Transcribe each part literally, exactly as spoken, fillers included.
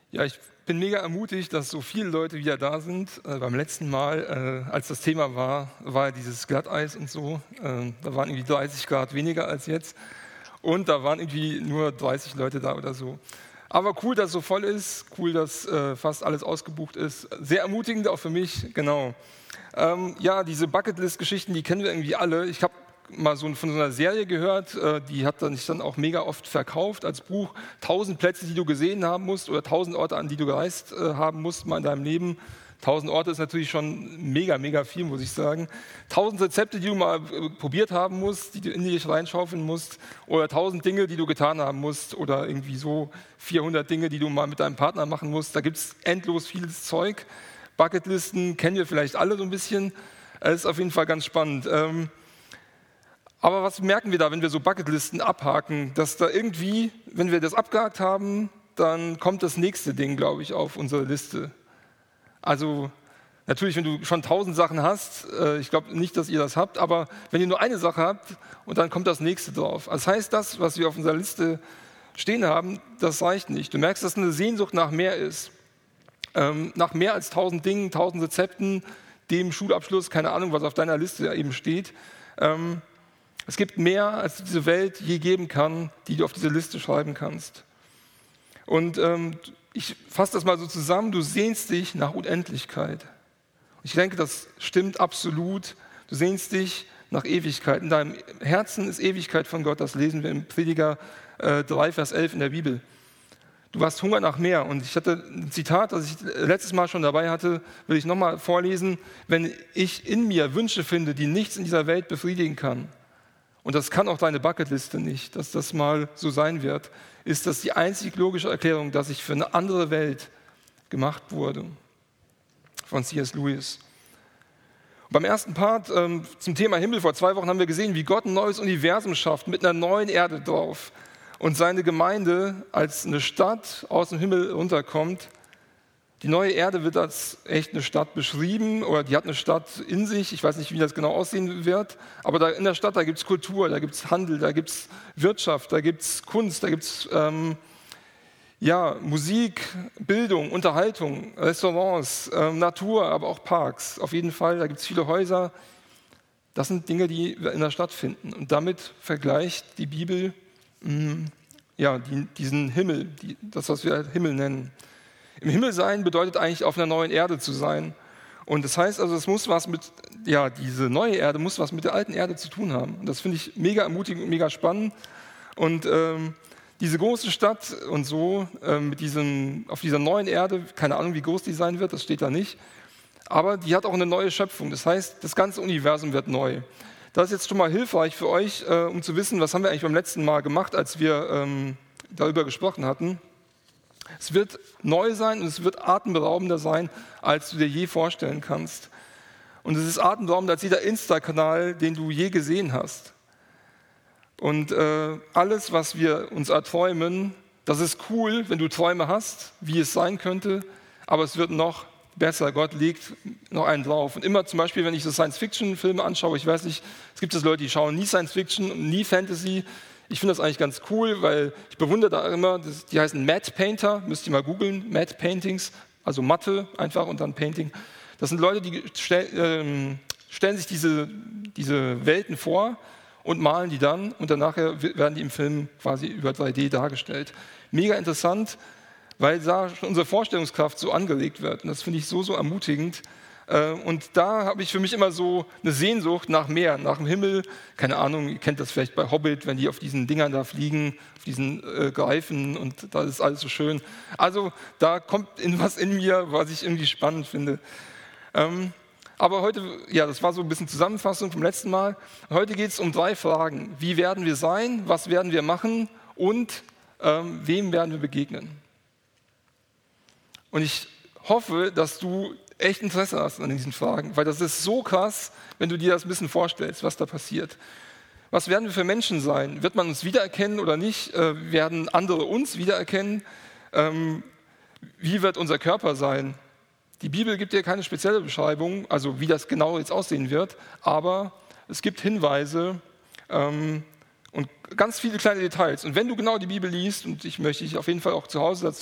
Ja, ich bin mega ermutigt, dass so viele Leute wieder da sind. Äh, beim letzten Mal, äh, als das Thema war, war dieses Glatteis und so. Äh, da waren irgendwie dreißig Grad weniger als jetzt. Und da waren irgendwie nur dreißig Leute da oder so. Aber cool, dass es so voll ist. Cool, dass äh, fast alles ausgebucht ist. Sehr ermutigend auch für mich, genau. Ähm, ja, diese Bucketlist-Geschichten, die kennen wir irgendwie alle. Ich habe mal so von so einer Serie gehört, äh, die hat dann sich dann auch mega oft verkauft als Buch. Tausend Plätze, die du gesehen haben musst oder tausend Orte, an die du gereist äh, haben musst mal in deinem Leben. Tausend Orte ist natürlich schon mega, mega viel, muss ich sagen. Tausend Rezepte, die du mal äh, probiert haben musst, die du in dich reinschaufeln musst. Oder tausend Dinge, die du getan haben musst. Oder irgendwie so vierhundert Dinge, die du mal mit deinem Partner machen musst. Da gibt es endlos vieles Zeug. Bucketlisten kennen wir vielleicht alle so ein bisschen. Das ist auf jeden Fall ganz spannend. Ähm, Aber was merken wir da, wenn wir so Bucketlisten abhaken? Dass da irgendwie, wenn wir das abgehakt haben, dann kommt das nächste Ding, glaube ich, auf unsere Liste. Also natürlich, wenn du schon tausend Sachen hast, äh, ich glaube nicht, dass ihr das habt, aber wenn ihr nur eine Sache habt und dann kommt das nächste drauf. Also das heißt, das, was wir auf unserer Liste stehen haben, das reicht nicht. Du merkst, dass eine Sehnsucht nach mehr ist. Ähm, nach mehr als tausend Dingen, tausend Rezepten, dem Schulabschluss, keine Ahnung, was auf deiner Liste eben steht. Ähm, Es gibt mehr, als diese Welt je geben kann, die du auf diese Liste schreiben kannst. Und ähm, ich fasse das mal so zusammen, du sehnst dich nach Unendlichkeit. Ich denke, das stimmt absolut. Du sehnst dich nach Ewigkeit. In deinem Herzen ist Ewigkeit von Gott, das lesen wir im Prediger äh, drei, Vers elf in der Bibel. Du hast Hunger nach mehr. Und ich hatte ein Zitat, das ich letztes Mal schon dabei hatte, will ich nochmal vorlesen. Wenn ich in mir Wünsche finde, die nichts in dieser Welt befriedigen kann, und das kann auch deine Bucketliste nicht, dass das mal so sein wird, ist das die einzig logische Erklärung, dass ich für eine andere Welt gemacht wurde. Von C S Lewis. Und beim ersten Part ähm, zum Thema Himmel vor zwei Wochen haben wir gesehen, wie Gott ein neues Universum schafft mit einer neuen Erde drauf und seine Gemeinde als eine Stadt aus dem Himmel runterkommt. Die neue Erde wird als echt eine Stadt beschrieben oder die hat eine Stadt in sich. Ich weiß nicht, wie das genau aussehen wird, aber da in der Stadt, da gibt es Kultur, da gibt es Handel, da gibt es Wirtschaft, da gibt es Kunst, da gibt es ähm, ja, Musik, Bildung, Unterhaltung, Restaurants, ähm, Natur, aber auch Parks. Auf jeden Fall, da gibt es viele Häuser. Das sind Dinge, die wir in der Stadt finden. Und damit vergleicht die Bibel mh, ja, die, diesen Himmel, die, das, was wir Himmel nennen. Im Himmel sein bedeutet eigentlich auf einer neuen Erde zu sein. Und das heißt also, es muss was mit, ja, diese neue Erde muss was mit der alten Erde zu tun haben. Und das finde ich mega ermutigend und mega spannend. Und ähm, diese große Stadt und so, ähm, mit diesem, auf dieser neuen Erde, keine Ahnung, wie groß die sein wird, das steht da nicht. Aber die hat auch eine neue Schöpfung. Das heißt, das ganze Universum wird neu. Das ist jetzt schon mal hilfreich für euch, äh, um zu wissen, was haben wir eigentlich beim letzten Mal gemacht, als wir ähm, darüber gesprochen hatten. Es wird neu sein und es wird atemberaubender sein, als du dir je vorstellen kannst. Und es ist atemberaubender als jeder Insta-Kanal, den du je gesehen hast. Und äh, alles, was wir uns erträumen, das ist cool, wenn du Träume hast, wie es sein könnte, aber es wird noch besser. Gott legt noch einen drauf. Und immer zum Beispiel, wenn ich so Science-Fiction-Filme anschaue, ich weiß nicht, es gibt es Leute, die schauen nie Science-Fiction und nie Fantasy. Ich finde das eigentlich ganz cool, weil ich bewundere da immer, das, die heißen Matte Painter, müsst ihr mal googeln, Matte Paintings, also Matte einfach und dann Painting. Das sind Leute, die stell, ähm, stellen sich diese, diese Welten vor und malen die dann und danach werden die im Film quasi über drei D dargestellt. Mega interessant, weil da schon unsere Vorstellungskraft so angelegt wird und das finde ich so, so ermutigend. Und da habe ich für mich immer so eine Sehnsucht nach mehr, nach dem Himmel. Keine Ahnung, ihr kennt das vielleicht bei Hobbit, wenn die auf diesen Dingern da fliegen, auf diesen äh, Greifen und da ist alles so schön. Also da kommt in was in mir, was ich irgendwie spannend finde. Ähm, aber heute, ja, das war so ein bisschen Zusammenfassung vom letzten Mal. Heute geht es um drei Fragen. Wie werden wir sein? Was werden wir machen? Und ähm, wem werden wir begegnen? Und ich hoffe, dass du echt Interesse hast an diesen Fragen, weil das ist so krass, wenn du dir das ein bisschen vorstellst, was da passiert. Was werden wir für Menschen sein? Wird man uns wiedererkennen oder nicht? Äh, werden andere uns wiedererkennen? Ähm, wie wird unser Körper sein? Die Bibel gibt dir keine spezielle Beschreibung, also wie das genau jetzt aussehen wird, aber es gibt Hinweise ähm, und ganz viele kleine Details. Und wenn du genau die Bibel liest, und ich möchte dich auf jeden Fall auch zu Hause dazu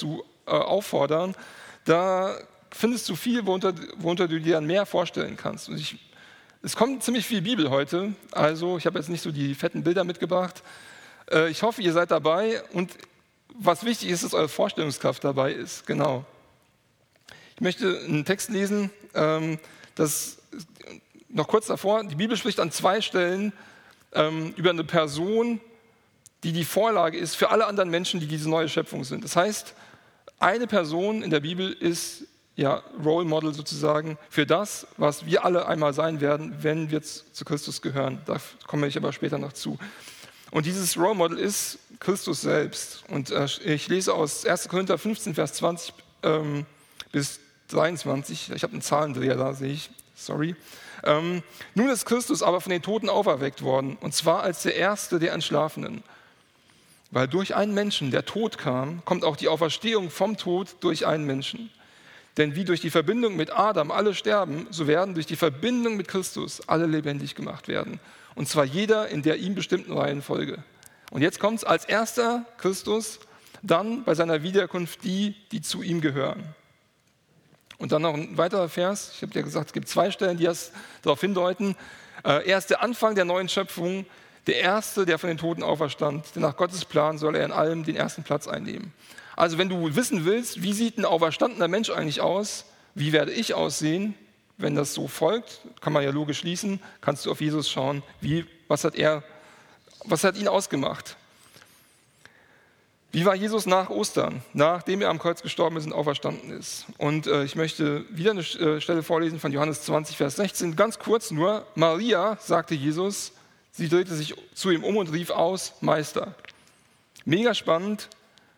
äh, auffordern, da findest du viel, worunter, worunter du dir dann mehr vorstellen kannst. Und ich, es kommt ziemlich viel Bibel heute, also ich habe jetzt nicht so die fetten Bilder mitgebracht. Äh, ich hoffe, ihr seid dabei und was wichtig ist, dass eure Vorstellungskraft dabei ist. Genau. Ich möchte einen Text lesen, ähm, das noch kurz davor, die Bibel spricht an zwei Stellen ähm, über eine Person, die die Vorlage ist für alle anderen Menschen, die diese neue Schöpfung sind. Das heißt, eine Person in der Bibel ist ja Role Model sozusagen für das, was wir alle einmal sein werden, wenn wir zu Christus gehören. Da komme ich aber später noch zu. Und dieses Role Model ist Christus selbst. Und äh, ich lese aus erster Korinther fünfzehn, Vers zwanzig ähm, bis dreiundzwanzig. Ich habe einen Zahlendreher da, sehe ich. Sorry. Ähm, Nun ist Christus aber von den Toten auferweckt worden, und zwar als der Erste der Entschlafenen. Weil durch einen Menschen der Tod kam, kommt auch die Auferstehung vom Tod durch einen Menschen. Denn wie durch die Verbindung mit Adam alle sterben, so werden durch die Verbindung mit Christus alle lebendig gemacht werden. Und zwar jeder in der ihm bestimmten Reihenfolge. Und jetzt kommt es als erster Christus, dann bei seiner Wiederkunft die, die zu ihm gehören. Und dann noch ein weiterer Vers, ich habe ja gesagt, es gibt zwei Stellen, die das darauf hindeuten. Er ist der Anfang der neuen Schöpfung, der Erste, der von den Toten auferstand. Denn nach Gottes Plan soll er in allem den ersten Platz einnehmen. Also wenn du wissen willst, wie sieht ein auferstandener Mensch eigentlich aus, wie werde ich aussehen, wenn das so folgt, kann man ja logisch schließen, kannst du auf Jesus schauen, wie, was hat er, was hat ihn ausgemacht. Wie war Jesus nach Ostern, nachdem er am Kreuz gestorben ist und auferstanden ist? Und äh, ich möchte wieder eine äh, Stelle vorlesen von Johannes zwanzig, Vers sechzehn, ganz kurz nur. Maria, sagte Jesus, sie drehte sich zu ihm um und rief aus, Meister. Mega spannend,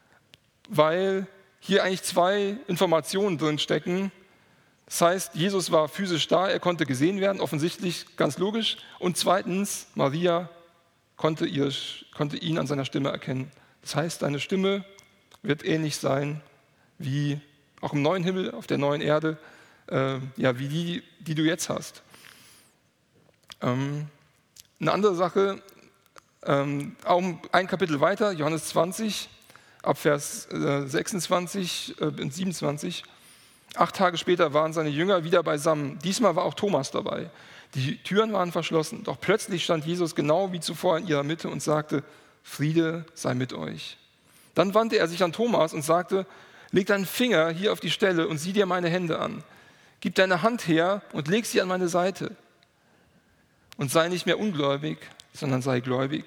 weil hier eigentlich zwei Informationen drin stecken. Das heißt, Jesus war physisch da, er konnte gesehen werden, offensichtlich, ganz logisch. Und zweitens, Maria konnte, ihr, konnte ihn an seiner Stimme erkennen. Das heißt, deine Stimme wird ähnlich sein wie auch im neuen Himmel, auf der neuen Erde, äh, ja, wie die, die du jetzt hast. Ähm, eine andere Sache, ähm, auch ein Kapitel weiter, Johannes zwanzig, ab Vers äh, sechsundzwanzig äh, und siebenundzwanzig. Acht Tage später waren seine Jünger wieder beisammen. Diesmal war auch Thomas dabei. Die Türen waren verschlossen, doch plötzlich stand Jesus genau wie zuvor in ihrer Mitte und sagte, Friede sei mit euch. Dann wandte er sich an Thomas und sagte, leg deinen Finger hier auf die Stelle und sieh dir meine Hände an. Gib deine Hand her und leg sie an meine Seite. Und sei nicht mehr ungläubig, sondern sei gläubig.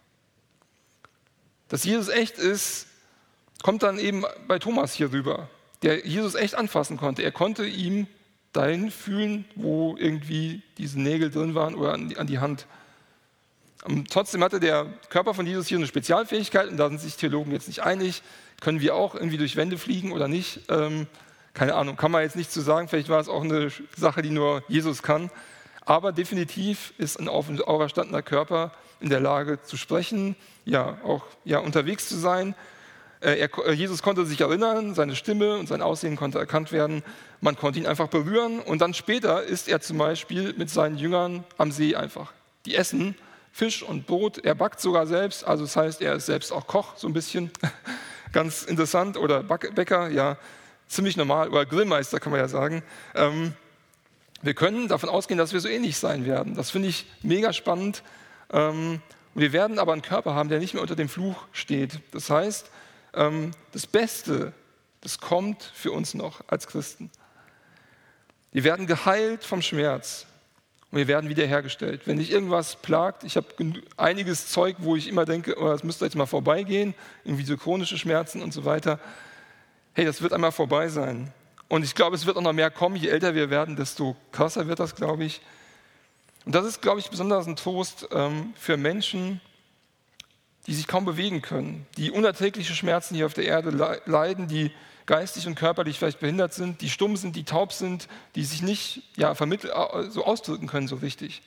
Dass Jesus echt ist, kommt dann eben bei Thomas hier rüber, der Jesus echt anfassen konnte. Er konnte ihm dahin fühlen, wo irgendwie diese Nägel drin waren oder an die, an die Hand. Und trotzdem hatte der Körper von Jesus hier eine Spezialfähigkeit und da sind sich Theologen jetzt nicht einig. Können wir auch irgendwie durch Wände fliegen oder nicht? Ähm, keine Ahnung, kann man jetzt nicht zu sagen. Vielleicht war es auch eine Sache, die nur Jesus kann. Aber definitiv ist ein auferstandener Körper in der Lage zu sprechen, ja, auch ja, unterwegs zu sein. Er, Jesus konnte sich erinnern, seine Stimme und sein Aussehen konnte erkannt werden. Man konnte ihn einfach berühren und dann später ist er zum Beispiel mit seinen Jüngern am See einfach. Die essen Fisch und Brot, er backt sogar selbst, also das heißt, er ist selbst auch Koch, so ein bisschen, ganz interessant, oder Bäcker, ja, ziemlich normal, oder Grillmeister kann man ja sagen. Ähm, wir können davon ausgehen, dass wir so ähnlich sein werden. Das finde ich mega spannend. Ähm, wir werden aber einen Körper haben, der nicht mehr unter dem Fluch steht. Das heißt, ähm, das Beste, das kommt für uns noch als Christen. Wir werden geheilt vom Schmerz. Und wir werden wiederhergestellt. Wenn dich irgendwas plagt, ich habe einiges Zeug, wo ich immer denke, oh, das müsste jetzt mal vorbeigehen, irgendwie so chronische Schmerzen und so weiter. Hey, das wird einmal vorbei sein. Und ich glaube, es wird auch noch mehr kommen. Je älter wir werden, desto krasser wird das, glaube ich. Und das ist, glaube ich, besonders ein Trost ähm, für Menschen, die sich kaum bewegen können, die unerträgliche Schmerzen hier auf der Erde le- leiden, die geistig und körperlich vielleicht behindert sind, die stumm sind, die taub sind, die sich nicht ja, vermittl- so ausdrücken können so richtig.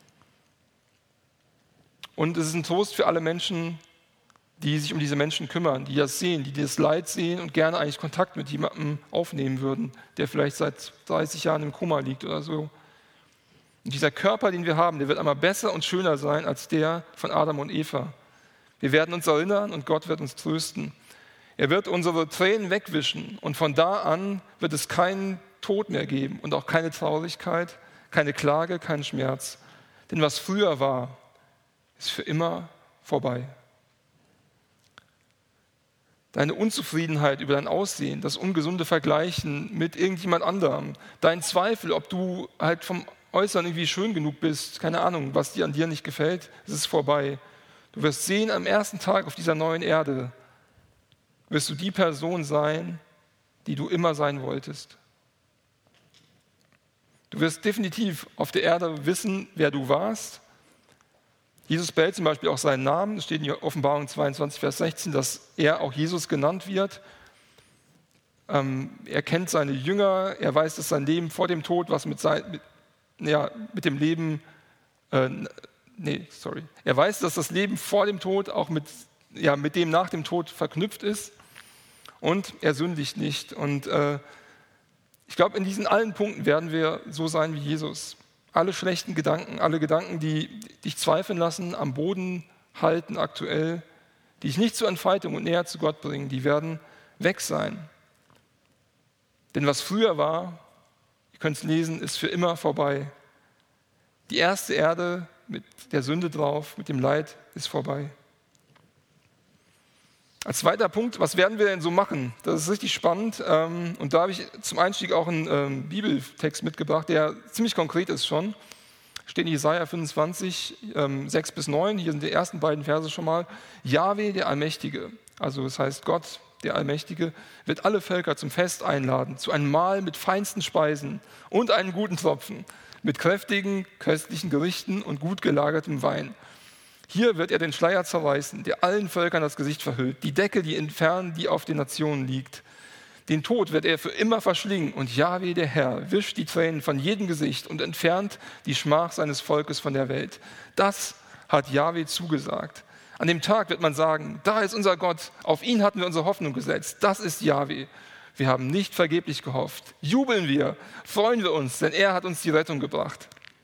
Und es ist ein Trost für alle Menschen, die sich um diese Menschen kümmern, die das sehen, die das Leid sehen und gerne eigentlich Kontakt mit jemandem aufnehmen würden, der vielleicht seit dreißig Jahren im Koma liegt oder so. Und dieser Körper, den wir haben, der wird einmal besser und schöner sein als der von Adam und Eva. Wir werden uns erinnern und Gott wird uns trösten. Er wird unsere Tränen wegwischen und von da an wird es keinen Tod mehr geben und auch keine Traurigkeit, keine Klage, keinen Schmerz. Denn was früher war, ist für immer vorbei. Deine Unzufriedenheit über dein Aussehen, das ungesunde Vergleichen mit irgendjemand anderem, dein Zweifel, ob du halt vom Äußeren irgendwie schön genug bist, keine Ahnung, was dir an dir nicht gefällt, es ist vorbei. Du wirst sehen, am ersten Tag auf dieser neuen Erde wirst du die Person sein, die du immer sein wolltest. Du wirst definitiv auf der Erde wissen, wer du warst. Jesus behält zum Beispiel auch seinen Namen. Es steht in Offenbarung zweiundzwanzig, Vers sechzehn, dass er auch Jesus genannt wird. Ähm, er kennt seine Jünger. Er weiß, dass sein Leben vor dem Tod, was mit, sein, mit, ja, mit dem Leben, äh, nee, sorry. Er weiß, dass das Leben vor dem Tod auch mit, ja, mit dem nach dem Tod verknüpft ist. Und er sündigt nicht. Und äh, ich glaube, in diesen allen Punkten werden wir so sein wie Jesus. Alle schlechten Gedanken, alle Gedanken, die dich zweifeln lassen, am Boden halten aktuell, die dich nicht zur Entfaltung und näher zu Gott bringen, die werden weg sein. Denn was früher war, ihr könnt es lesen, ist für immer vorbei. Die erste Erde mit der Sünde drauf, mit dem Leid, ist vorbei. Als zweiter Punkt, was werden wir denn so machen? Das ist richtig spannend. Und da habe ich zum Einstieg auch einen Bibeltext mitgebracht, der ziemlich konkret ist schon. Steht in Jesaja fünfundzwanzig, sechs bis neun. Hier sind die ersten beiden Verse schon mal. Jahwe, der Allmächtige, also das heißt Gott, der Allmächtige, wird alle Völker zum Fest einladen, zu einem Mahl mit feinsten Speisen und einem guten Tropfen, mit kräftigen, köstlichen Gerichten und gut gelagertem Wein. Hier wird er den Schleier zerreißen, der allen Völkern das Gesicht verhüllt, die Decke, die entfernen, die auf den Nationen liegt. Den Tod wird er für immer verschlingen und Jahwe, der Herr, wischt die Tränen von jedem Gesicht und entfernt die Schmach seines Volkes von der Welt. Das hat Jahwe zugesagt. An dem Tag wird man sagen, da ist unser Gott, auf ihn hatten wir unsere Hoffnung gesetzt, das ist Jahwe. Wir haben nicht vergeblich gehofft. Jubeln wir, freuen wir uns, denn er hat uns die Rettung gebracht.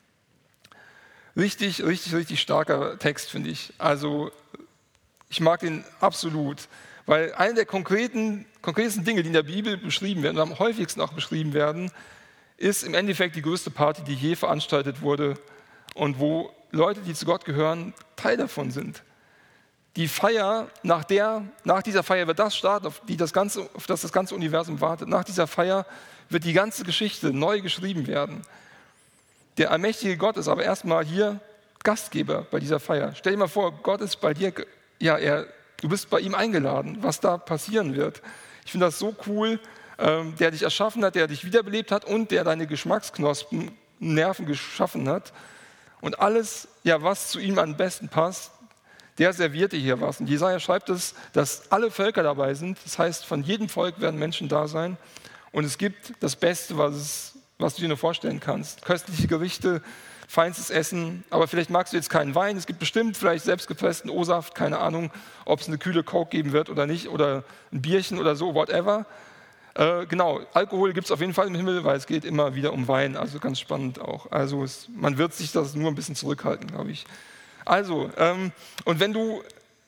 Richtig, richtig, richtig starker Text, finde ich. Also ich mag den absolut, weil eine der konkreten, konkretesten Dinge, die in der Bibel beschrieben werden und am häufigsten auch beschrieben werden, ist im Endeffekt die größte Party, die je veranstaltet wurde und wo Leute, die zu Gott gehören, Teil davon sind. Die Feier, nach, der, nach dieser Feier wird das starten, auf, die das ganze, auf das das ganze Universum wartet. Nach dieser Feier wird die ganze Geschichte neu geschrieben werden. Der allmächtige Gott ist aber erstmal hier Gastgeber bei dieser Feier. Stell dir mal vor, Gott ist bei dir, ja, er, du bist bei ihm eingeladen, was da passieren wird. Ich finde das so cool, ähm, der dich erschaffen hat, der dich wiederbelebt hat und der deine Geschmacksknospen, Nerven geschaffen hat. Und alles, ja, was zu ihm am besten passt, der serviert dir hier was. Und Jesaja schreibt es, dass alle Völker dabei sind. Das heißt, von jedem Volk werden Menschen da sein. Und es gibt das Beste, was es was du dir nur vorstellen kannst. Köstliche Gerichte, feinstes Essen, aber vielleicht magst du jetzt keinen Wein. Es gibt bestimmt vielleicht selbstgepressten O-Saft, keine Ahnung, ob es eine kühle Coke geben wird oder nicht, oder ein Bierchen oder so, whatever. Äh, genau, Alkohol gibt es auf jeden Fall im Himmel, weil es geht immer wieder um Wein, also ganz spannend auch. Also es, man wird sich das nur ein bisschen zurückhalten, glaube ich. Also, ähm, und wenn du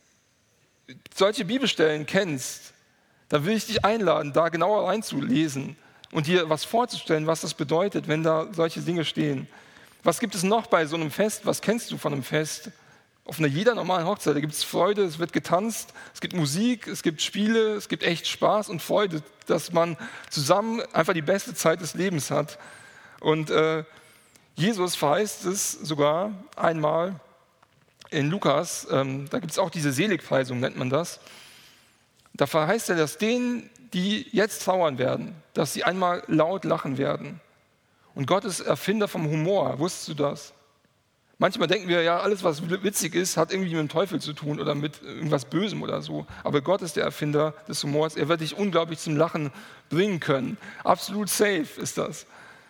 solche Bibelstellen kennst, dann will ich dich einladen, da genauer reinzulesen und dir was vorzustellen, was das bedeutet, wenn da solche Dinge stehen. Was gibt es noch bei so einem Fest? Was kennst du von einem Fest? Auf einer jeder normalen Hochzeit, da gibt es Freude, es wird getanzt, es gibt Musik, es gibt Spiele, es gibt echt Spaß und Freude, dass man zusammen einfach die beste Zeit des Lebens hat. Und äh, Jesus verheißt es sogar einmal in Lukas, ähm, da gibt es auch diese Seligpreisung, nennt man das. Da verheißt er, dass denen, die jetzt trauern werden, dass sie einmal laut lachen werden. Und Gott ist Erfinder vom Humor, wusstest du das? Manchmal denken wir, ja, alles, was witzig ist, hat irgendwie mit dem Teufel zu tun oder mit irgendwas Bösem oder so. Aber Gott ist der Erfinder des Humors. Er wird dich unglaublich zum Lachen bringen können. Absolut safe ist das.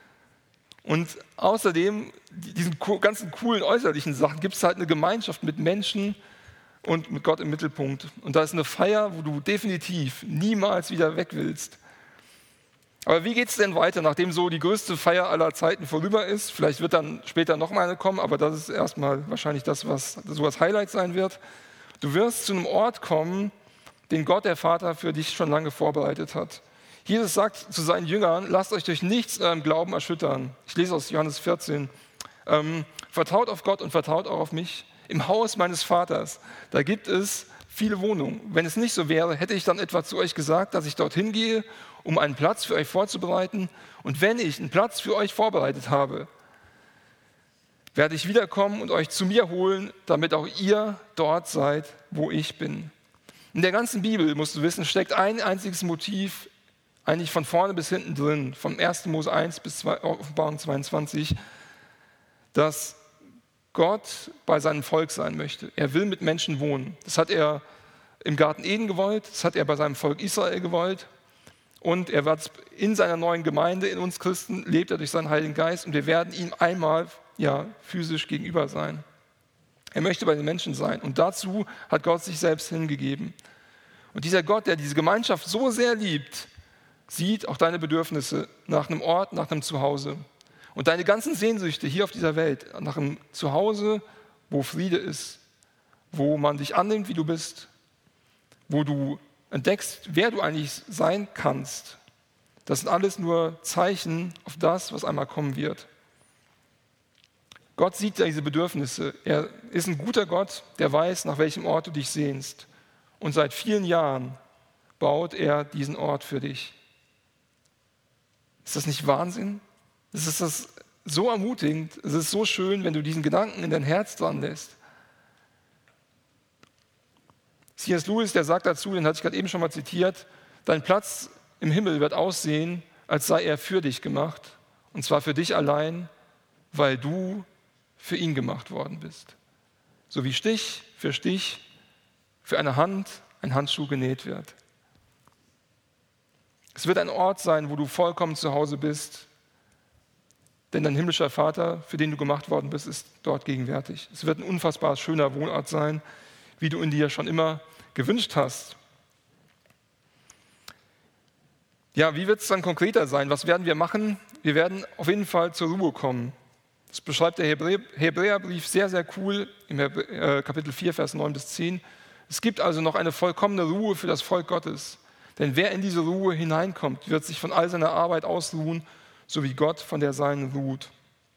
Und außerdem, diesen ganzen coolen äußerlichen Sachen, gibt es halt eine Gemeinschaft mit Menschen und mit Gott im Mittelpunkt. Und da ist eine Feier, wo du definitiv niemals wieder weg willst. Aber wie geht es denn weiter, nachdem so die größte Feier aller Zeiten vorüber ist? Vielleicht wird dann später noch mal eine kommen, aber das ist erstmal wahrscheinlich das, was so das Highlight sein wird. Du wirst zu einem Ort kommen, den Gott, der Vater, für dich schon lange vorbereitet hat. Jesus sagt zu seinen Jüngern, lasst euch durch nichts in eurem Glauben erschüttern. Ich lese aus Johannes vierzehn. Ähm, vertraut auf Gott und vertraut auch auf mich. Im Haus meines Vaters, da gibt es viele Wohnungen. Wenn es nicht so wäre, hätte ich dann etwa zu euch gesagt, dass ich dorthin gehe, um einen Platz für euch vorzubereiten. Und wenn ich einen Platz für euch vorbereitet habe, werde ich wiederkommen und euch zu mir holen, damit auch ihr dort seid, wo ich bin. In der ganzen Bibel, musst du wissen, steckt ein einziges Motiv eigentlich von vorne bis hinten drin, vom ersten Mose eins bis Offenbarung zweiundzwanzig, dass Gott bei seinem Volk sein möchte. Er will mit Menschen wohnen. Das hat er im Garten Eden gewollt, das hat er bei seinem Volk Israel gewollt und er wird in seiner neuen Gemeinde, in uns Christen, lebt er durch seinen Heiligen Geist und wir werden ihm einmal ja, physisch gegenüber sein. Er möchte bei den Menschen sein und dazu hat Gott sich selbst hingegeben. Und dieser Gott, der diese Gemeinschaft so sehr liebt, sieht auch deine Bedürfnisse nach einem Ort, nach einem Zuhause. Und deine ganzen Sehnsüchte hier auf dieser Welt, nach einem Zuhause, wo Friede ist, wo man dich annimmt, wie du bist, wo du entdeckst, wer du eigentlich sein kannst. Das sind alles nur Zeichen auf das, was einmal kommen wird. Gott sieht diese Bedürfnisse. Er ist ein guter Gott, der weiß, nach welchem Ort du dich sehnst. Und seit vielen Jahren baut er diesen Ort für dich. Ist das nicht Wahnsinn? Es ist das so ermutigend, es ist so schön, wenn du diesen Gedanken in dein Herz dran lässt. C S Lewis, der sagt dazu, den hatte ich gerade eben schon mal zitiert, dein Platz im Himmel wird aussehen, als sei er für dich gemacht. Und zwar für dich allein, weil du für ihn gemacht worden bist. So wie Stich für Stich für eine Hand ein Handschuh genäht wird. Es wird ein Ort sein, wo du vollkommen zu Hause bist, denn dein himmlischer Vater, für den du gemacht worden bist, ist dort gegenwärtig. Es wird ein unfassbar schöner Wohnort sein, wie du ihn dir schon immer gewünscht hast. Ja, wie wird es dann konkreter sein? Was werden wir machen? Wir werden auf jeden Fall zur Ruhe kommen. Das beschreibt der Hebräer, Hebräerbrief sehr, sehr cool im Hebräer, äh, Kapitel vier, Vers neun bis zehn. Es gibt also noch eine vollkommene Ruhe für das Volk Gottes. Denn wer in diese Ruhe hineinkommt, wird sich von all seiner Arbeit ausruhen, so wie Gott von der Seinen ruht.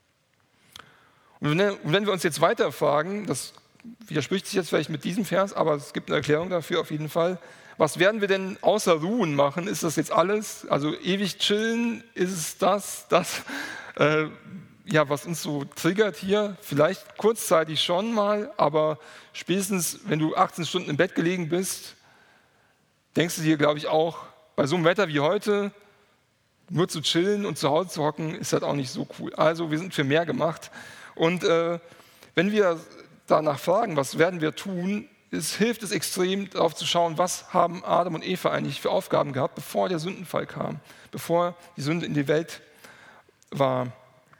Und wenn wir uns jetzt weiter fragen, das widerspricht sich jetzt vielleicht mit diesem Vers, aber es gibt eine Erklärung dafür auf jeden Fall. Was werden wir denn außer Ruhen machen? Ist das jetzt alles? Also ewig chillen, ist es das, das, äh, ja, was uns so triggert hier? Vielleicht kurzzeitig schon mal, aber spätestens, wenn du achtzehn Stunden im Bett gelegen bist, denkst du dir, glaube ich, auch, bei so einem Wetter wie heute, nur zu chillen und zu Hause zu hocken, ist halt auch nicht so cool. Also wir sind für mehr gemacht. Und äh, wenn wir danach fragen, was werden wir tun, es hilft es extrem, darauf zu schauen, was haben Adam und Eva eigentlich für Aufgaben gehabt, bevor der Sündenfall kam, bevor die Sünde in die Welt war.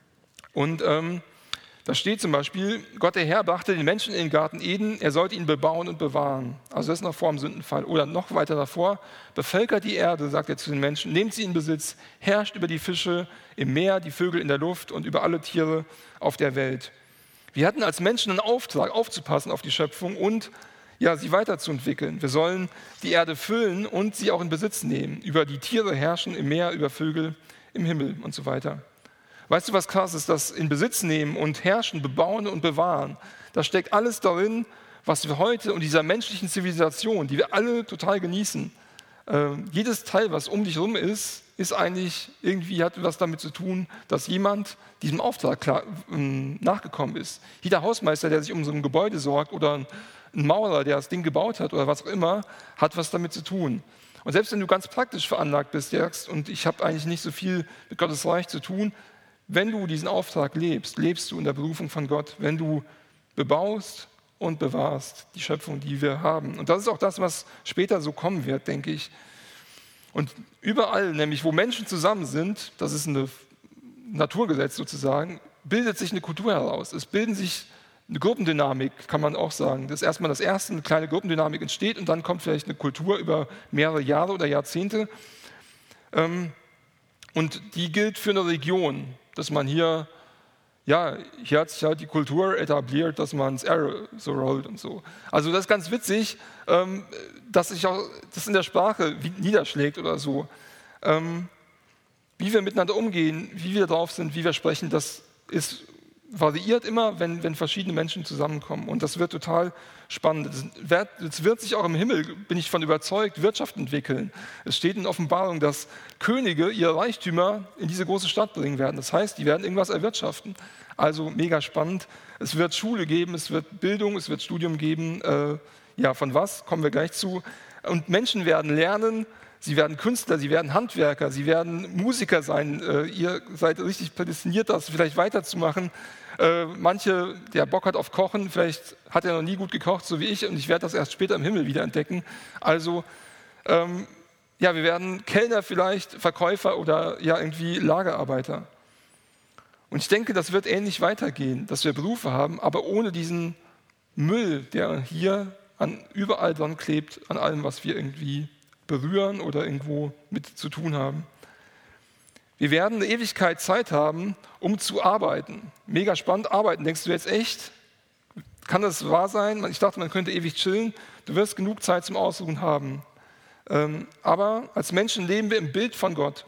Und ähm, da steht zum Beispiel, Gott der Herr brachte den Menschen in den Garten Eden, er sollte ihn bebauen und bewahren. Also das ist noch vor dem Sündenfall. Oder noch weiter davor, bevölkert die Erde, sagt er zu den Menschen, nehmt sie in Besitz, herrscht über die Fische im Meer, die Vögel in der Luft und über alle Tiere auf der Welt. Wir hatten als Menschen einen Auftrag, aufzupassen auf die Schöpfung und ja, sie weiterzuentwickeln. Wir sollen die Erde füllen und sie auch in Besitz nehmen. Über die Tiere herrschen im Meer, über Vögel im Himmel und so weiter. Weißt du, was krass ist? Das in Besitz nehmen und herrschen, bebauen und bewahren. Da steckt alles darin, was wir heute und dieser menschlichen Zivilisation, die wir alle total genießen, äh, jedes Teil, was um dich herum ist, ist eigentlich irgendwie, hat was damit zu tun, dass jemand diesem Auftrag klar, äh, nachgekommen ist. Jeder Hausmeister, der sich um so ein Gebäude sorgt oder ein, ein Maurer, der das Ding gebaut hat oder was auch immer, hat was damit zu tun. Und selbst wenn du ganz praktisch veranlagt bist, sagst, und ich habe eigentlich nicht so viel mit Gottes Reich zu tun, wenn du diesen Auftrag lebst, lebst du in der Berufung von Gott, wenn du bebaust und bewahrst die Schöpfung, die wir haben. Und das ist auch das, was später so kommen wird, denke ich. Und überall, nämlich wo Menschen zusammen sind, das ist ein Naturgesetz sozusagen, bildet sich eine Kultur heraus. Es bilden sich eine Gruppendynamik, kann man auch sagen. Das ist erstmal das erste, eine kleine Gruppendynamik entsteht und dann kommt vielleicht eine Kultur über mehrere Jahre oder Jahrzehnte. Und die gilt für eine Region, dass man hier ja, hier hat sich halt die Kultur etabliert, dass man das R so rollt und so. Also das ist ganz witzig, ähm, dass sich auch das in der Sprache niederschlägt oder so. Ähm, wie wir miteinander umgehen, wie wir drauf sind, wie wir sprechen, das ist variiert immer, wenn, wenn verschiedene Menschen zusammenkommen. Und das wird total spannend. Es wird, es wird sich auch im Himmel, bin ich von überzeugt, Wirtschaft entwickeln. Es steht in Offenbarung, dass Könige ihre Reichtümer in diese große Stadt bringen werden. Das heißt, die werden irgendwas erwirtschaften. Also mega spannend. Es wird Schule geben, es wird Bildung, es wird Studium geben. Äh, ja, von was? Kommen wir gleich zu. Und Menschen werden lernen, sie werden Künstler, sie werden Handwerker, sie werden Musiker sein. Äh, ihr seid richtig prädestiniert, das vielleicht weiterzumachen. Äh, manche, der Bock hat auf Kochen, vielleicht hat er noch nie gut gekocht, so wie ich, und ich werde das erst später im Himmel wieder entdecken. Also, ähm, ja, wir werden Kellner vielleicht, Verkäufer oder ja irgendwie Lagerarbeiter. Und ich denke, das wird ähnlich weitergehen, dass wir Berufe haben, aber ohne diesen Müll, der hier an, überall dran klebt, an allem, was wir irgendwie berühren oder irgendwo mit zu tun haben. Wir werden eine Ewigkeit Zeit haben, um zu arbeiten. Mega spannend, arbeiten. Denkst du jetzt echt? Kann das wahr sein? Ich dachte, man könnte ewig chillen. Du wirst genug Zeit zum Ausruhen haben. Ähm, aber als Menschen leben wir im Bild von Gott.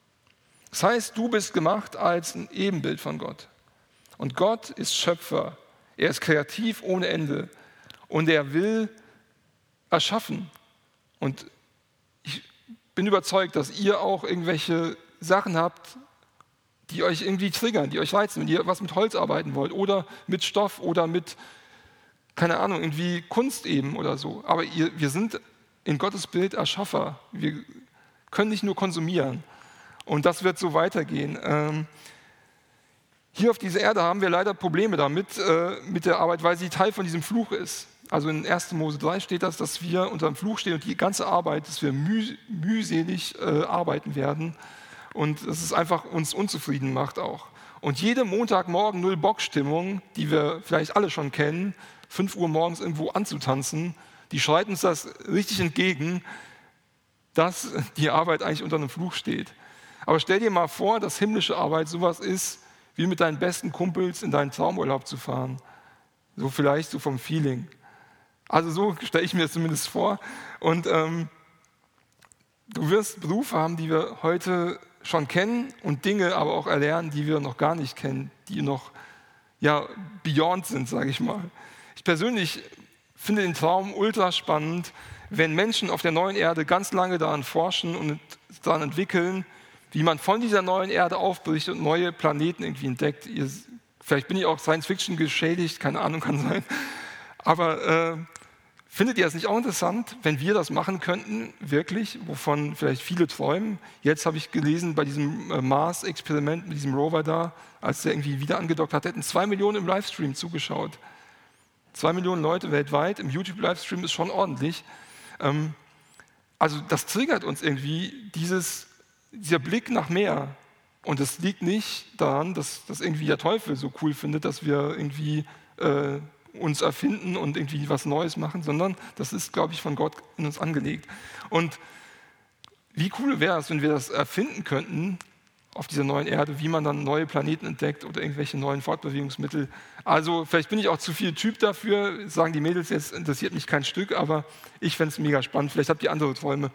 Das heißt, du bist gemacht als ein Ebenbild von Gott. Und Gott ist Schöpfer. Er ist kreativ ohne Ende. Und er will erschaffen. Und ich bin überzeugt, dass ihr auch irgendwelche Sachen habt, die euch irgendwie triggern, die euch reizen, wenn ihr was mit Holz arbeiten wollt oder mit Stoff oder mit, keine Ahnung, irgendwie Kunst eben oder so. Aber ihr, wir sind in Gottes Bild Erschaffer. Wir können nicht nur konsumieren. Und das wird so weitergehen. Ähm, hier auf dieser Erde haben wir leider Probleme damit, äh, mit der Arbeit, weil sie Teil von diesem Fluch ist. Also in erster Mose drei steht das, dass wir unter dem Fluch stehen und die ganze Arbeit, dass wir müh, mühselig äh, arbeiten werden. Und dass es einfach uns unzufrieden macht auch. Und jede Montagmorgen Null-Bock-Stimmung, die wir vielleicht alle schon kennen, fünf Uhr morgens irgendwo anzutanzen, die schreit uns das richtig entgegen, dass die Arbeit eigentlich unter einem Fluch steht. Aber stell dir mal vor, dass himmlische Arbeit sowas ist, wie mit deinen besten Kumpels in deinen Traumurlaub zu fahren. So vielleicht so vom Feeling. Also so stelle ich mir das zumindest vor. Und ähm, du wirst Berufe haben, die wir heute schon kennen und Dinge aber auch erlernen, die wir noch gar nicht kennen, die noch ja, beyond sind, sage ich mal. Ich persönlich finde den Traum ultra spannend, wenn Menschen auf der neuen Erde ganz lange daran forschen und daran entwickeln, wie man von dieser neuen Erde aufbricht und neue Planeten irgendwie entdeckt. Ihr, vielleicht bin ich auch Science-Fiction geschädigt, keine Ahnung, kann sein. Aber äh, findet ihr es nicht auch interessant, wenn wir das machen könnten, wirklich, wovon vielleicht viele träumen? Jetzt habe ich gelesen, bei diesem äh, Mars-Experiment mit diesem Rover da, als der irgendwie wieder angedockt hat, hätten zwei Millionen im Livestream zugeschaut. Zwei Millionen Leute weltweit, im YouTube-Livestream ist schon ordentlich. Ähm, also das triggert uns irgendwie, dieses, dieser Blick nach mehr. Und das liegt nicht daran, dass, dass irgendwie der Teufel so cool findet, dass wir irgendwie äh, uns erfinden und irgendwie was Neues machen, sondern das ist, glaube ich, von Gott in uns angelegt. Und wie cool wäre es, wenn wir das erfinden könnten auf dieser neuen Erde, wie man dann neue Planeten entdeckt oder irgendwelche neuen Fortbewegungsmittel. Also vielleicht bin ich auch zu viel Typ dafür, sagen die Mädels jetzt, interessiert mich kein Stück, aber ich fände es mega spannend. Vielleicht habt ihr andere Träume.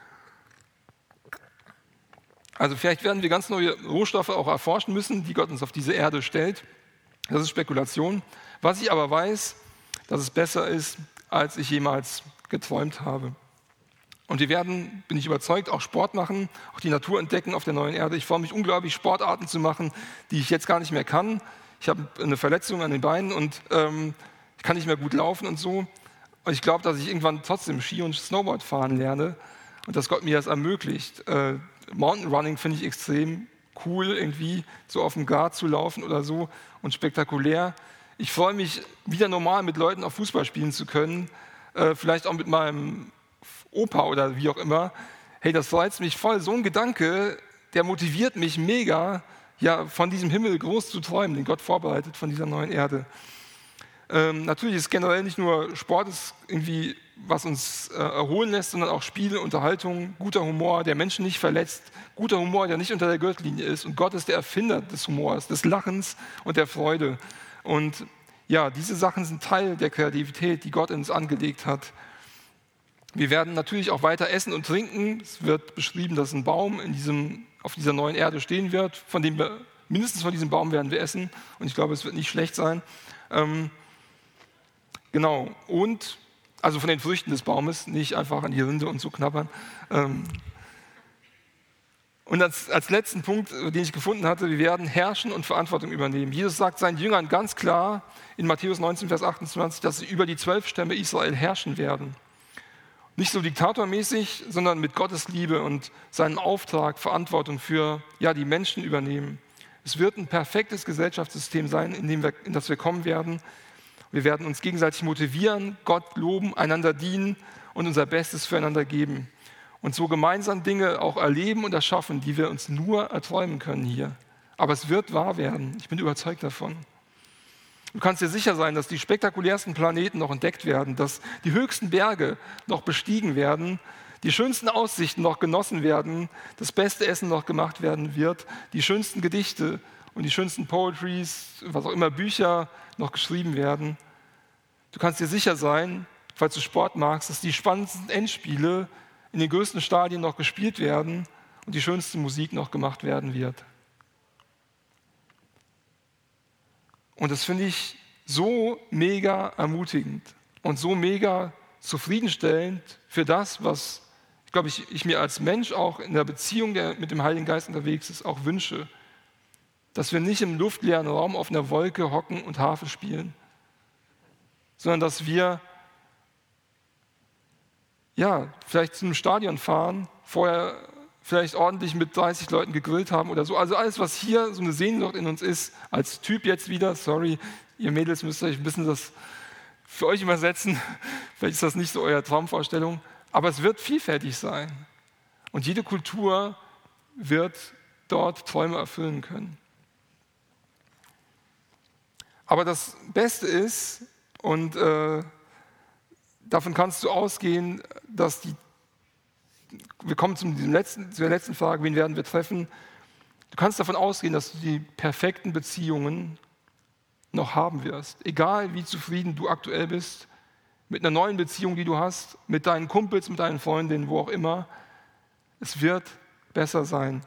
Also vielleicht werden wir ganz neue Rohstoffe auch erforschen müssen, die Gott uns auf diese Erde stellt. Das ist Spekulation. Was ich aber weiß, dass es besser ist, als ich jemals geträumt habe. Und wir werden, bin ich überzeugt, auch Sport machen, auch die Natur entdecken auf der neuen Erde. Ich freue mich unglaublich, Sportarten zu machen, die ich jetzt gar nicht mehr kann. Ich habe eine Verletzung an den Beinen und ähm, ich kann nicht mehr gut laufen und so. Und ich glaube, dass ich irgendwann trotzdem Ski und Snowboard fahren lerne und dass Gott mir das ermöglicht. Äh, Mountainrunning finde ich extrem cool, irgendwie so auf dem Grat zu laufen oder so und spektakulär. Ich freue mich, wieder normal mit Leuten auf Fußball spielen zu können, äh, vielleicht auch mit meinem Opa oder wie auch immer. Hey, das reizt mich voll. So ein Gedanke, der motiviert mich mega, ja, von diesem Himmel groß zu träumen, den Gott vorbereitet von dieser neuen Erde. Ähm, natürlich ist generell nicht nur Sport ist irgendwie, was uns äh, erholen lässt, sondern auch Spiele, Unterhaltung, guter Humor, der Menschen nicht verletzt, guter Humor, der nicht unter der Gürtellinie ist. Und Gott ist der Erfinder des Humors, des Lachens und der Freude. Und ja, diese Sachen sind Teil der Kreativität, die Gott in uns angelegt hat. Wir werden natürlich auch weiter essen und trinken. Es wird beschrieben, dass ein Baum in diesem, auf dieser neuen Erde stehen wird, von dem wir, mindestens von diesem Baum werden wir essen. Und ich glaube, es wird nicht schlecht sein. Ähm, genau, und also von den Früchten des Baumes, nicht einfach an die Rinde und so knabbern. Ähm, und als, als letzten Punkt, den ich gefunden hatte, wir werden herrschen und Verantwortung übernehmen. Jesus sagt seinen Jüngern ganz klar in Matthäus neunzehn, Vers achtundzwanzig, dass sie über die zwölf Stämme Israel herrschen werden. Nicht so diktatormäßig, sondern mit Gottes Liebe und seinem Auftrag Verantwortung für ja, die Menschen übernehmen. Es wird ein perfektes Gesellschaftssystem sein, in, dem wir, in das wir kommen werden. Wir werden uns gegenseitig motivieren, Gott loben, einander dienen und unser Bestes füreinander geben. Und so gemeinsam Dinge auch erleben und erschaffen, die wir uns nur erträumen können hier. Aber es wird wahr werden. Ich bin überzeugt davon. Du kannst dir sicher sein, dass die spektakulärsten Planeten noch entdeckt werden, dass die höchsten Berge noch bestiegen werden, die schönsten Aussichten noch genossen werden, das beste Essen noch gemacht werden wird, die schönsten Gedichte und die schönsten Poetries, was auch immer, Bücher noch geschrieben werden. Du kannst dir sicher sein, falls du Sport magst, dass die spannendsten Endspiele in den größten Stadien noch gespielt werden und die schönste Musik noch gemacht werden wird. Und das finde ich so mega ermutigend und so mega zufriedenstellend für das, was, ich glaube, ich, ich mir als Mensch auch in der Beziehung der, mit dem Heiligen Geist unterwegs ist, auch wünsche. Dass wir nicht im luftleeren Raum auf einer Wolke hocken und Harfe spielen, sondern dass wir ja, vielleicht zu einem Stadion fahren, vorher vielleicht ordentlich mit dreißig Leuten gegrillt haben oder so. Also alles, was hier so eine Sehnsucht in uns ist, als Typ jetzt wieder, sorry, ihr Mädels müsst euch ein bisschen das für euch übersetzen, vielleicht ist das nicht so eure Traumvorstellung, aber es wird vielfältig sein. Und jede Kultur wird dort Träume erfüllen können. Aber das Beste ist, und äh, davon kannst du ausgehen, dass die, wir kommen zu, diesem letzten, zu der letzten Frage, wen werden wir treffen? Du kannst davon ausgehen, dass du die perfekten Beziehungen noch haben wirst. Egal wie zufrieden du aktuell bist, mit einer neuen Beziehung, die du hast, mit deinen Kumpels, mit deinen Freundinnen, wo auch immer, es wird besser sein.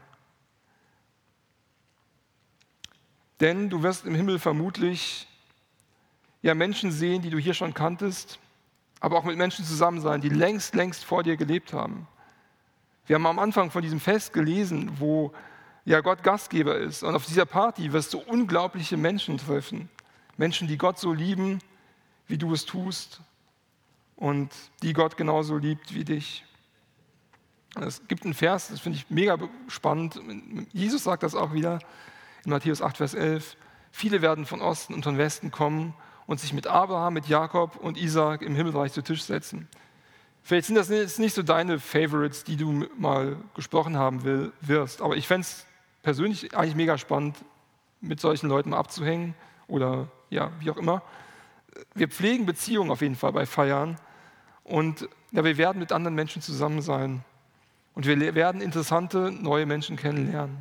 Denn du wirst im Himmel vermutlich ja, Menschen sehen, die du hier schon kanntest, aber auch mit Menschen zusammen sein, die längst, längst vor dir gelebt haben. Wir haben am Anfang von diesem Fest gelesen, wo ja Gott Gastgeber ist. Und auf dieser Party wirst du unglaubliche Menschen treffen. Menschen, die Gott so lieben, wie du es tust und die Gott genauso liebt wie dich. Es gibt einen Vers, das finde ich mega spannend. Jesus sagt das auch wieder in Matthäus acht, Vers elf. Viele werden von Osten und von Westen kommen und sich mit Abraham, mit Jakob und Isaak im Himmelreich zu Tisch setzen. Vielleicht sind das jetzt nicht so deine Favorites, die du mal gesprochen haben will, wirst, aber ich fände es persönlich eigentlich mega spannend, mit solchen Leuten mal abzuhängen oder ja, wie auch immer. Wir pflegen Beziehungen auf jeden Fall bei Feiern und ja, wir werden mit anderen Menschen zusammen sein und wir werden interessante neue Menschen kennenlernen.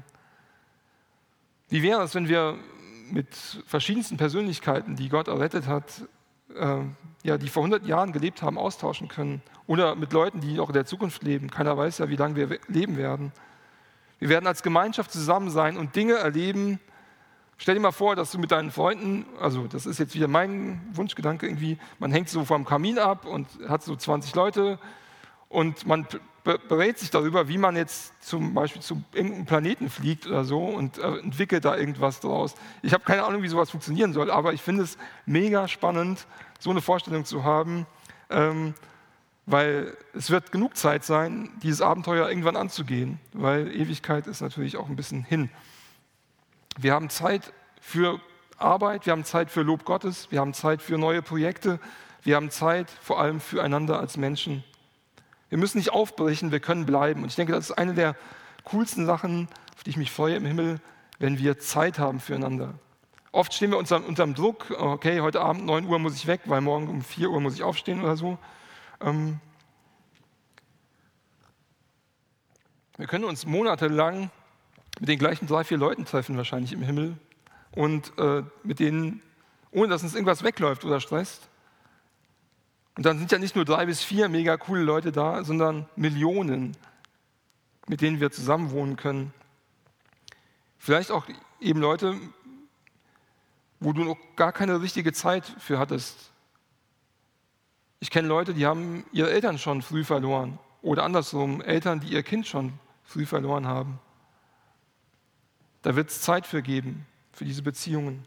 Wie wäre es, wenn wir mit verschiedensten Persönlichkeiten, die Gott errettet hat, äh, ja, die vor hundert Jahren gelebt haben, austauschen können? Oder mit Leuten, die auch in der Zukunft leben. Keiner weiß ja, wie lange wir leben werden. Wir werden als Gemeinschaft zusammen sein und Dinge erleben. Stell dir mal vor, dass du mit deinen Freunden, also das ist jetzt wieder mein Wunschgedanke irgendwie, man hängt so vom Kamin ab und hat so zwanzig Leute und man berät sich darüber, wie man jetzt zum Beispiel zu irgendeinem Planeten fliegt oder so und äh, entwickelt da irgendwas draus. Ich habe keine Ahnung, wie sowas funktionieren soll, aber ich finde es mega spannend, so eine Vorstellung zu haben, ähm, weil es wird genug Zeit sein, dieses Abenteuer irgendwann anzugehen, weil Ewigkeit ist natürlich auch ein bisschen hin. Wir haben Zeit für Arbeit, wir haben Zeit für Lob Gottes, wir haben Zeit für neue Projekte, wir haben Zeit vor allem füreinander als Menschen. Wir müssen nicht aufbrechen, wir können bleiben. Und ich denke, das ist eine der coolsten Sachen, auf die ich mich freue im Himmel, wenn wir Zeit haben füreinander. Oft stehen wir unter, unter dem Druck, okay, heute Abend neun Uhr muss ich weg, weil morgen um vier Uhr muss ich aufstehen oder so. Ähm, wir können uns monatelang mit den gleichen drei, vier Leuten treffen, wahrscheinlich im Himmel, und äh, mit denen, ohne dass uns irgendwas wegläuft oder stresst. Und dann sind ja nicht nur drei bis vier mega coole Leute da, sondern Millionen, mit denen wir zusammen wohnen können. Vielleicht auch eben Leute, wo du noch gar keine richtige Zeit für hattest. Ich kenne Leute, die haben ihre Eltern schon früh verloren. Oder andersrum, Eltern, die ihr Kind schon früh verloren haben. Da wird es Zeit für geben, für diese Beziehungen.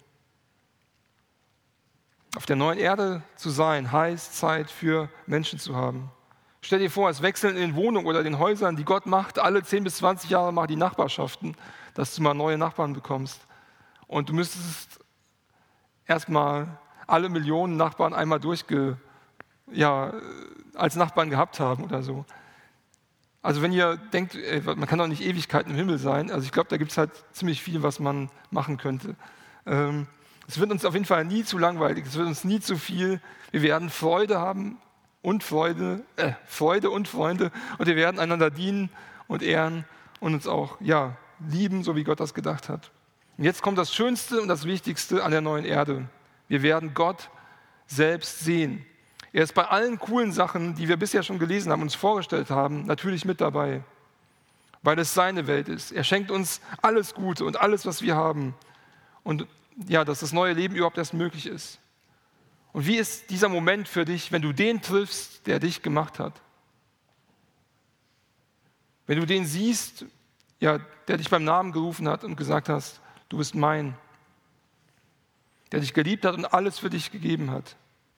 Auf der neuen Erde zu sein, heißt Zeit für Menschen zu haben. Stell dir vor, es wechseln in den Wohnungen oder den Häusern, die Gott macht, alle zehn bis zwanzig Jahre mal die Nachbarschaften, dass du mal neue Nachbarn bekommst. Und du müsstest erstmal alle Millionen Nachbarn einmal durchge, ja, als Nachbarn gehabt haben oder so. Also wenn ihr denkt, ey, man kann doch nicht Ewigkeiten im Himmel sein, also ich glaube, da gibt es halt ziemlich viel, was man machen könnte. Ähm, es wird uns auf jeden Fall nie zu langweilig, es wird uns nie zu viel. Wir werden Freude haben und Freude, äh, Freude und Freunde, und wir werden einander dienen und ehren und uns auch ja, lieben, so wie Gott das gedacht hat. Und jetzt kommt das Schönste und das Wichtigste an der neuen Erde. Wir werden Gott selbst sehen. Er ist bei allen coolen Sachen, die wir bisher schon gelesen haben, uns vorgestellt haben, natürlich mit dabei, weil es seine Welt ist. Er schenkt uns alles Gute und alles, was wir haben. Und ja, dass das neue Leben überhaupt erst möglich ist. Und wie ist dieser Moment für dich, wenn du den triffst, der dich gemacht hat? Wenn du den siehst, ja, der dich beim Namen gerufen hat und gesagt hast, du bist mein. Der dich geliebt hat und alles für dich gegeben hat.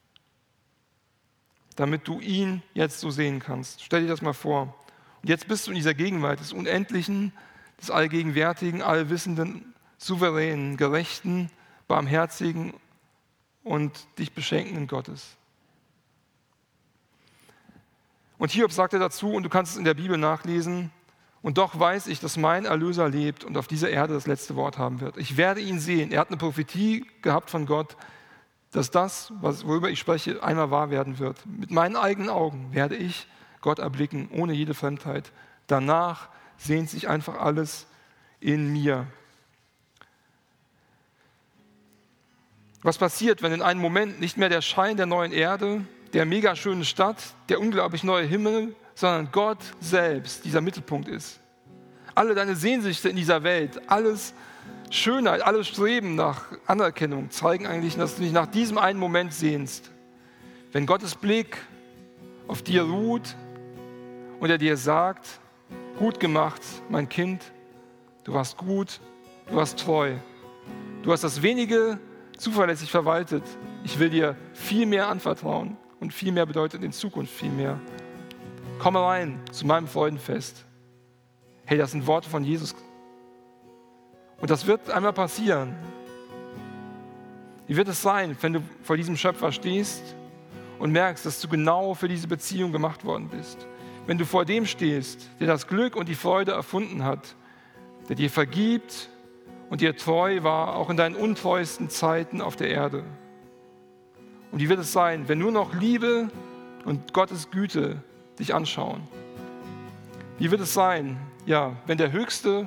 Damit du ihn jetzt so sehen kannst. Stell dir das mal vor. Und jetzt bist du in dieser Gegenwart des Unendlichen, des Allgegenwärtigen, Allwissenden, Souveränen, Gerechten, Barmherzigen und dich beschenkenden Gottes. Und Hiob sagte dazu, und du kannst es in der Bibel nachlesen, und doch weiß ich, dass mein Erlöser lebt und auf dieser Erde das letzte Wort haben wird. Ich werde ihn sehen. Er hat eine Prophetie gehabt von Gott, dass das, worüber ich spreche, einmal wahr werden wird. Mit meinen eigenen Augen werde ich Gott erblicken, ohne jede Fremdheit. Danach sehnt sich einfach alles in mir. Was passiert, wenn in einem Moment nicht mehr der Schein der neuen Erde, der mega schönen Stadt, der unglaublich neue Himmel, sondern Gott selbst dieser Mittelpunkt ist? Alle deine Sehnsüchte in dieser Welt, alles Schönheit, alles Streben nach Anerkennung zeigen eigentlich, dass du dich nach diesem einen Moment sehnst. Wenn Gottes Blick auf dir ruht und er dir sagt, gut gemacht, mein Kind, du warst gut, du warst treu, du hast das Wenige zuverlässig verwaltet, ich will dir viel mehr anvertrauen und viel mehr bedeutet in Zukunft viel mehr. Komm rein zu meinem Freudenfest. Hey, das sind Worte von Jesus. Und das wird einmal passieren. Wie wird es sein, wenn du vor diesem Schöpfer stehst und merkst, dass du genau für diese Beziehung gemacht worden bist? Wenn du vor dem stehst, der das Glück und die Freude erfunden hat, der dir vergibt und dir treu war, auch in deinen untreuesten Zeiten auf der Erde. Und wie wird es sein, wenn nur noch Liebe und Gottes Güte dich anschauen? Wie wird es sein, ja, wenn der Höchste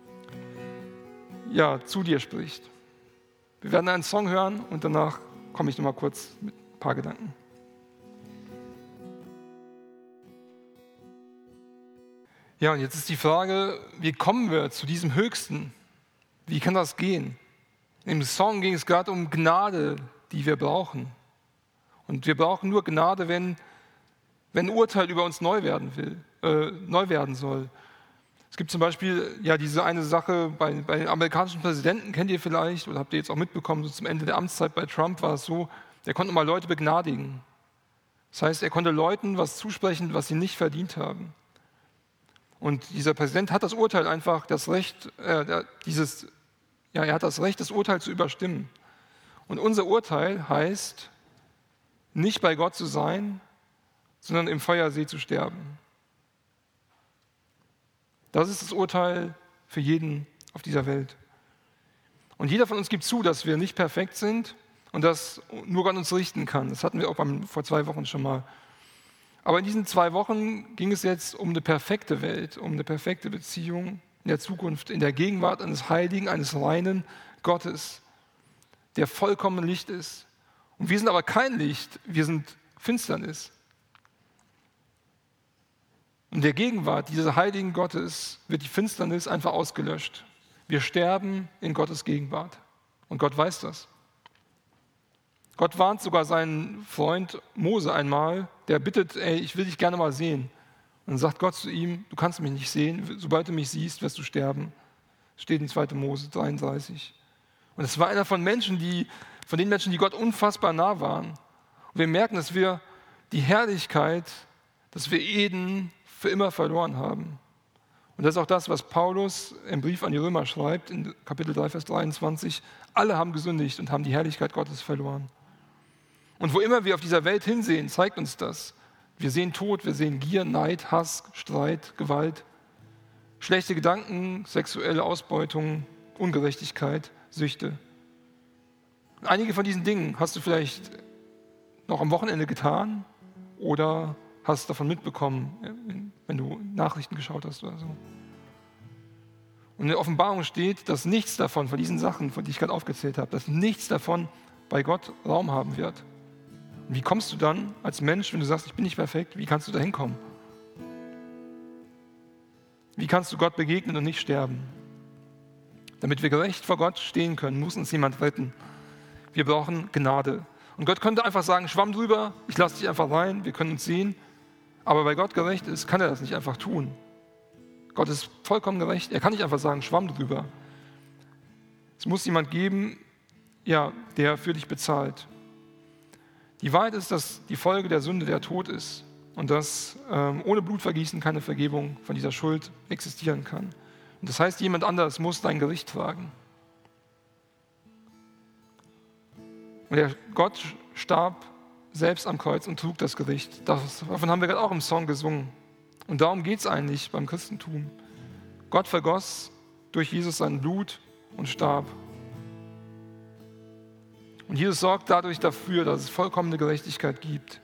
ja, zu dir spricht? Wir werden einen Song hören und danach komme ich noch mal kurz mit ein paar Gedanken. Ja, und jetzt ist die Frage, wie kommen wir zu diesem Höchsten? Wie kann das gehen? Im Song ging es gerade um Gnade, die wir brauchen. Und wir brauchen nur Gnade, wenn, wenn ein Urteil über uns neu werden will, äh, neu werden soll. Es gibt zum Beispiel ja diese eine Sache bei, bei den amerikanischen Präsidenten, kennt ihr vielleicht, oder habt ihr jetzt auch mitbekommen, so zum Ende der Amtszeit bei Trump war es so, der konnte mal Leute begnadigen. Das heißt, er konnte Leuten was zusprechen, was sie nicht verdient haben. Und dieser Präsident hat das Urteil einfach, das Recht, äh, dieses, ja, er hat das Recht, das Urteil zu überstimmen. Und unser Urteil heißt, nicht bei Gott zu sein, sondern im Feuersee zu sterben. Das ist das Urteil für jeden auf dieser Welt. Und jeder von uns gibt zu, dass wir nicht perfekt sind und dass nur Gott uns richten kann. Das hatten wir auch beim, vor zwei Wochen schon mal. Aber in diesen zwei Wochen ging es jetzt um eine perfekte Welt, um eine perfekte Beziehung in der Zukunft, in der Gegenwart eines heiligen, eines reinen Gottes, der vollkommen Licht ist. Und wir sind aber kein Licht, wir sind Finsternis. In der Gegenwart dieses heiligen Gottes wird die Finsternis einfach ausgelöscht. Wir sterben in Gottes Gegenwart. Und Gott weiß das. Gott warnt sogar seinen Freund Mose einmal, der bittet, ey, ich will dich gerne mal sehen. Und dann sagt Gott zu ihm, du kannst mich nicht sehen, sobald du mich siehst, wirst du sterben. Das steht in zweiter Mose dreiunddreißig. Und es war einer von Menschen, die, von den Menschen, die Gott unfassbar nah waren. Und wir merken, dass wir die Herrlichkeit, dass wir Eden für immer verloren haben. Und das ist auch das, was Paulus im Brief an die Römer schreibt, in Kapitel drei, Vers dreiundzwanzig. Alle haben gesündigt und haben die Herrlichkeit Gottes verloren. Und wo immer wir auf dieser Welt hinsehen, zeigt uns das. Wir sehen Tod, wir sehen Gier, Neid, Hass, Streit, Gewalt, schlechte Gedanken, sexuelle Ausbeutung, Ungerechtigkeit, Süchte. Und einige von diesen Dingen hast du vielleicht noch am Wochenende getan oder hast davon mitbekommen, wenn du Nachrichten geschaut hast oder so. Und in der Offenbarung steht, dass nichts davon, von diesen Sachen, von die ich gerade aufgezählt habe, dass nichts davon bei Gott Raum haben wird. Und wie kommst du dann als Mensch, wenn du sagst, ich bin nicht perfekt, wie kannst du da hinkommen? Wie kannst du Gott begegnen und nicht sterben? Damit wir gerecht vor Gott stehen können, muss uns jemand retten. Wir brauchen Gnade. Und Gott könnte einfach sagen, schwamm drüber, ich lasse dich einfach rein, wir können uns sehen. Aber weil Gott gerecht ist, kann er das nicht einfach tun. Gott ist vollkommen gerecht. Er kann nicht einfach sagen, schwamm drüber. Es muss jemand geben, ja, der für dich bezahlt. Die Wahrheit ist, dass die Folge der Sünde der Tod ist und dass ähm, ohne Blutvergießen keine Vergebung von dieser Schuld existieren kann. Und das heißt, jemand anderes muss dein Gericht tragen. Und der Gott starb selbst am Kreuz und trug das Gericht. Davon haben wir gerade auch im Song gesungen. Und darum geht es eigentlich beim Christentum. Gott vergoss durch Jesus sein Blut und starb. Und Jesus sorgt dadurch dafür, dass es vollkommene Gerechtigkeit gibt.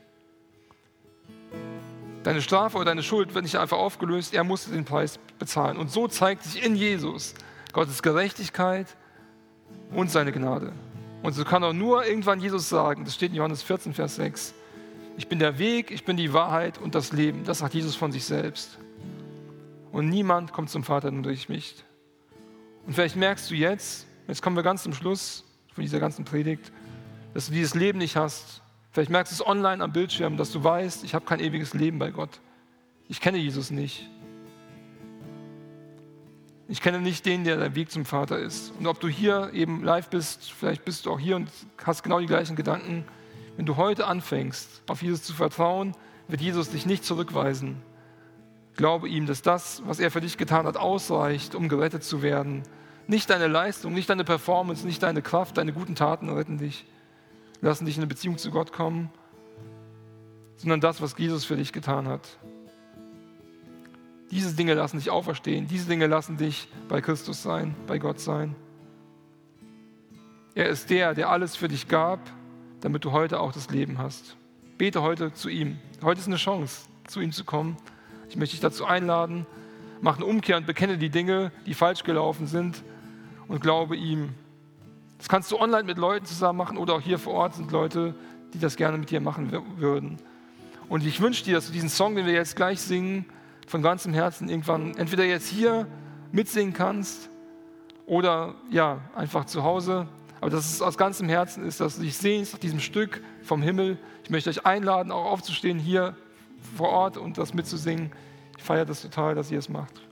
Deine Strafe oder deine Schuld wird nicht einfach aufgelöst, er musste den Preis bezahlen. Und so zeigt sich in Jesus Gottes Gerechtigkeit und seine Gnade. Und so kann auch nur irgendwann Jesus sagen, das steht in Johannes vierzehn, Vers sechs, ich bin der Weg, ich bin die Wahrheit und das Leben. Das sagt Jesus von sich selbst. Und niemand kommt zum Vater nur durch mich. Und vielleicht merkst du jetzt, jetzt kommen wir ganz zum Schluss von dieser ganzen Predigt, dass du dieses Leben nicht hast. Vielleicht merkst du es online am Bildschirm, dass du weißt, ich habe kein ewiges Leben bei Gott. Ich kenne Jesus nicht. Ich kenne nicht den, der der Weg zum Vater ist. Und ob du hier eben live bist, vielleicht bist du auch hier und hast genau die gleichen Gedanken. Wenn du heute anfängst, auf Jesus zu vertrauen, wird Jesus dich nicht zurückweisen. Glaube ihm, dass das, was er für dich getan hat, ausreicht, um gerettet zu werden. Nicht deine Leistung, nicht deine Performance, nicht deine Kraft, deine guten Taten retten dich, lassen dich in eine Beziehung zu Gott kommen, sondern das, was Jesus für dich getan hat. Diese Dinge lassen dich auferstehen, diese Dinge lassen dich bei Christus sein, bei Gott sein. Er ist der, der alles für dich gab, damit du heute auch das Leben hast. Bete heute zu ihm. Heute ist eine Chance, zu ihm zu kommen. Ich möchte dich dazu einladen, mach eine Umkehr und bekenne die Dinge, die falsch gelaufen sind und glaube ihm. Das kannst du online mit Leuten zusammen machen oder auch hier vor Ort sind Leute, die das gerne mit dir machen würden. Und ich wünsche dir, dass du diesen Song, den wir jetzt gleich singen, von ganzem Herzen irgendwann entweder jetzt hier mitsingen kannst oder ja, einfach zu Hause. Aber dass es aus ganzem Herzen ist, dass du dich sehnst nach diesem Stück vom Himmel. Ich möchte euch einladen, auch aufzustehen hier vor Ort und das mitzusingen. Ich feiere das total, dass ihr es macht.